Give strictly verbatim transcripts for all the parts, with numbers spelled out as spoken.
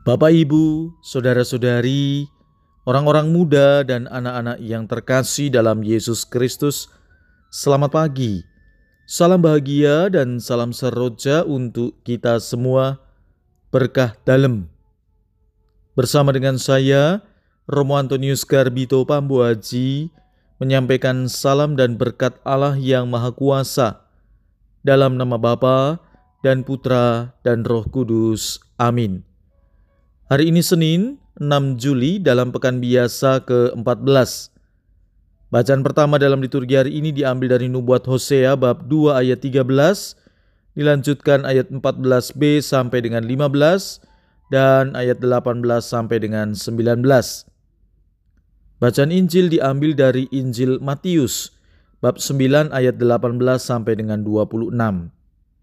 Bapak, Ibu, saudara-saudari, orang-orang muda dan anak-anak yang terkasih dalam Yesus Kristus, selamat pagi. Salam bahagia dan salam seroja untuk kita semua, berkah dalem. Bersama dengan saya, Romo Antonius Garbito Pambuaji, menyampaikan salam dan berkat Allah yang Maha Kuasa, dalam nama Bapa dan Putra dan Roh Kudus. Amin. Hari ini Senin, enam Juli dalam pekan biasa ke empat belas. Bacaan pertama dalam liturgi hari ini diambil dari nubuat Hosea bab dua ayat tiga belas, dilanjutkan ayat empat belas b sampai dengan lima belas, dan ayat delapan belas sampai dengan sembilan belas. Bacaan Injil diambil dari Injil Matius bab sembilan ayat delapan belas sampai dengan dua puluh enam.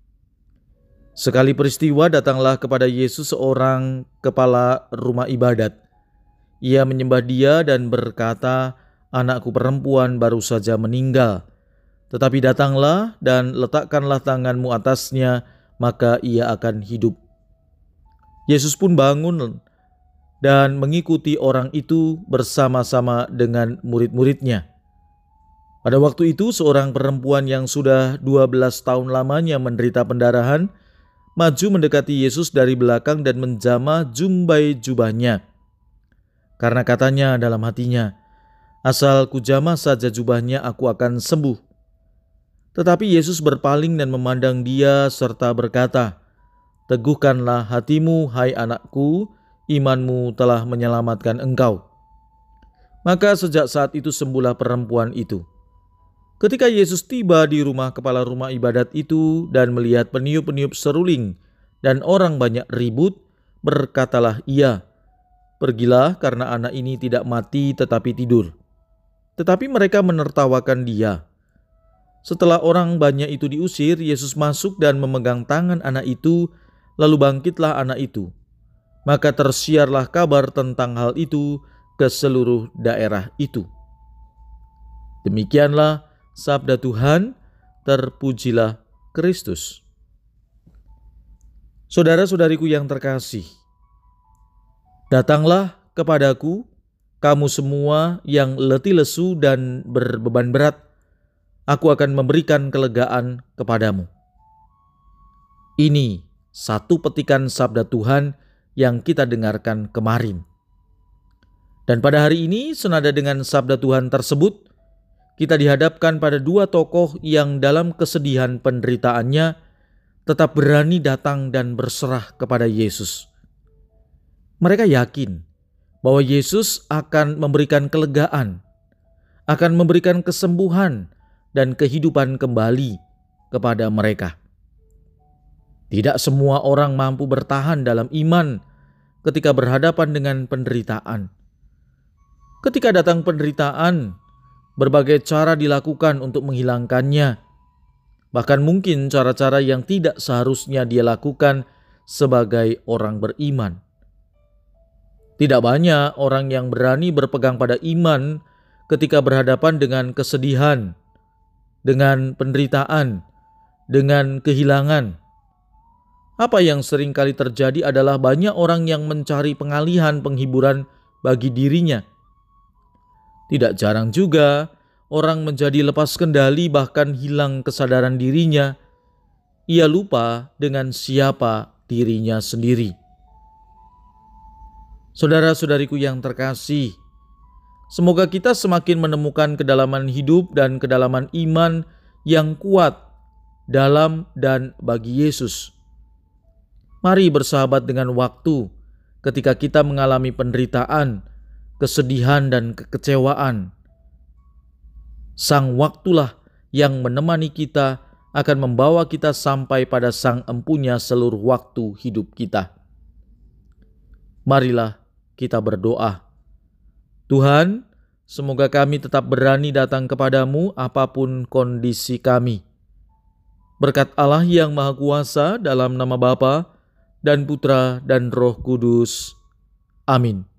Sekali peristiwa datanglah kepada Yesus seorang kepala rumah ibadat. Ia menyembah dia dan berkata, "Anakku perempuan baru saja meninggal. Tetapi datanglah dan letakkanlah tanganmu atasnya, maka ia akan hidup." Yesus pun bangun dan mengikuti orang itu bersama-sama dengan murid-muridnya. Pada waktu itu seorang perempuan yang sudah dua belas tahun lamanya menderita pendarahan maju mendekati Yesus dari belakang dan menjamah jumbai jubahnya. Karena katanya dalam hatinya, "Asal kujamah saja jubahnya, aku akan sembuh." Tetapi Yesus berpaling dan memandang dia serta berkata, "Teguhkanlah hatimu, hai anakku, imanmu telah menyelamatkan engkau." Maka sejak saat itu sembuhlah perempuan itu. Ketika Yesus tiba di rumah kepala rumah ibadat itu dan melihat peniup-peniup seruling dan orang banyak ribut, berkatalah ia, "Pergilah, karena anak ini tidak mati tetapi tidur." Tetapi mereka menertawakan dia. Setelah orang banyak itu diusir, Yesus masuk dan memegang tangan anak itu, lalu bangkitlah anak itu. Maka tersiarlah kabar tentang hal itu ke seluruh daerah itu. Demikianlah sabda Tuhan, terpujilah Kristus. Saudara-saudariku yang terkasih, datanglah kepadaku, kamu semua yang letih lesu dan berbeban berat, aku akan memberikan kelegaan kepadamu. Ini satu petikan sabda Tuhan yang kita dengarkan kemarin. Dan pada hari ini, senada dengan sabda Tuhan tersebut, kita dihadapkan pada dua tokoh yang dalam kesedihan penderitaannya tetap berani datang dan berserah kepada Yesus. Mereka yakin bahwa Yesus akan memberikan kelegaan, akan memberikan kesembuhan dan kehidupan kembali kepada mereka. Tidak semua orang mampu bertahan dalam iman ketika berhadapan dengan penderitaan. Ketika datang penderitaan, berbagai cara dilakukan untuk menghilangkannya. Bahkan mungkin cara-cara yang tidak seharusnya dia lakukan sebagai orang beriman. Tidak banyak orang yang berani berpegang pada iman ketika berhadapan dengan kesedihan, dengan penderitaan, dengan kehilangan. Apa yang sering kali terjadi adalah banyak orang yang mencari pengalihan penghiburan bagi dirinya. Tidak jarang juga orang menjadi lepas kendali bahkan hilang kesadaran dirinya. Ia lupa dengan siapa dirinya sendiri. Saudara-saudariku yang terkasih, semoga kita semakin menemukan kedalaman hidup dan kedalaman iman yang kuat dalam dan bagi Yesus. Mari bersahabat dengan waktu ketika kita mengalami penderitaan, kesedihan dan kekecewaan. Sang waktulah yang menemani kita, akan membawa kita sampai pada Sang Empunya seluruh waktu hidup kita. Marilah kita berdoa. Tuhan, semoga kami tetap berani datang kepadamu apapun kondisi kami. Berkat Allah yang Maha Kuasa, dalam nama Bapa dan Putra dan Roh Kudus. Amin.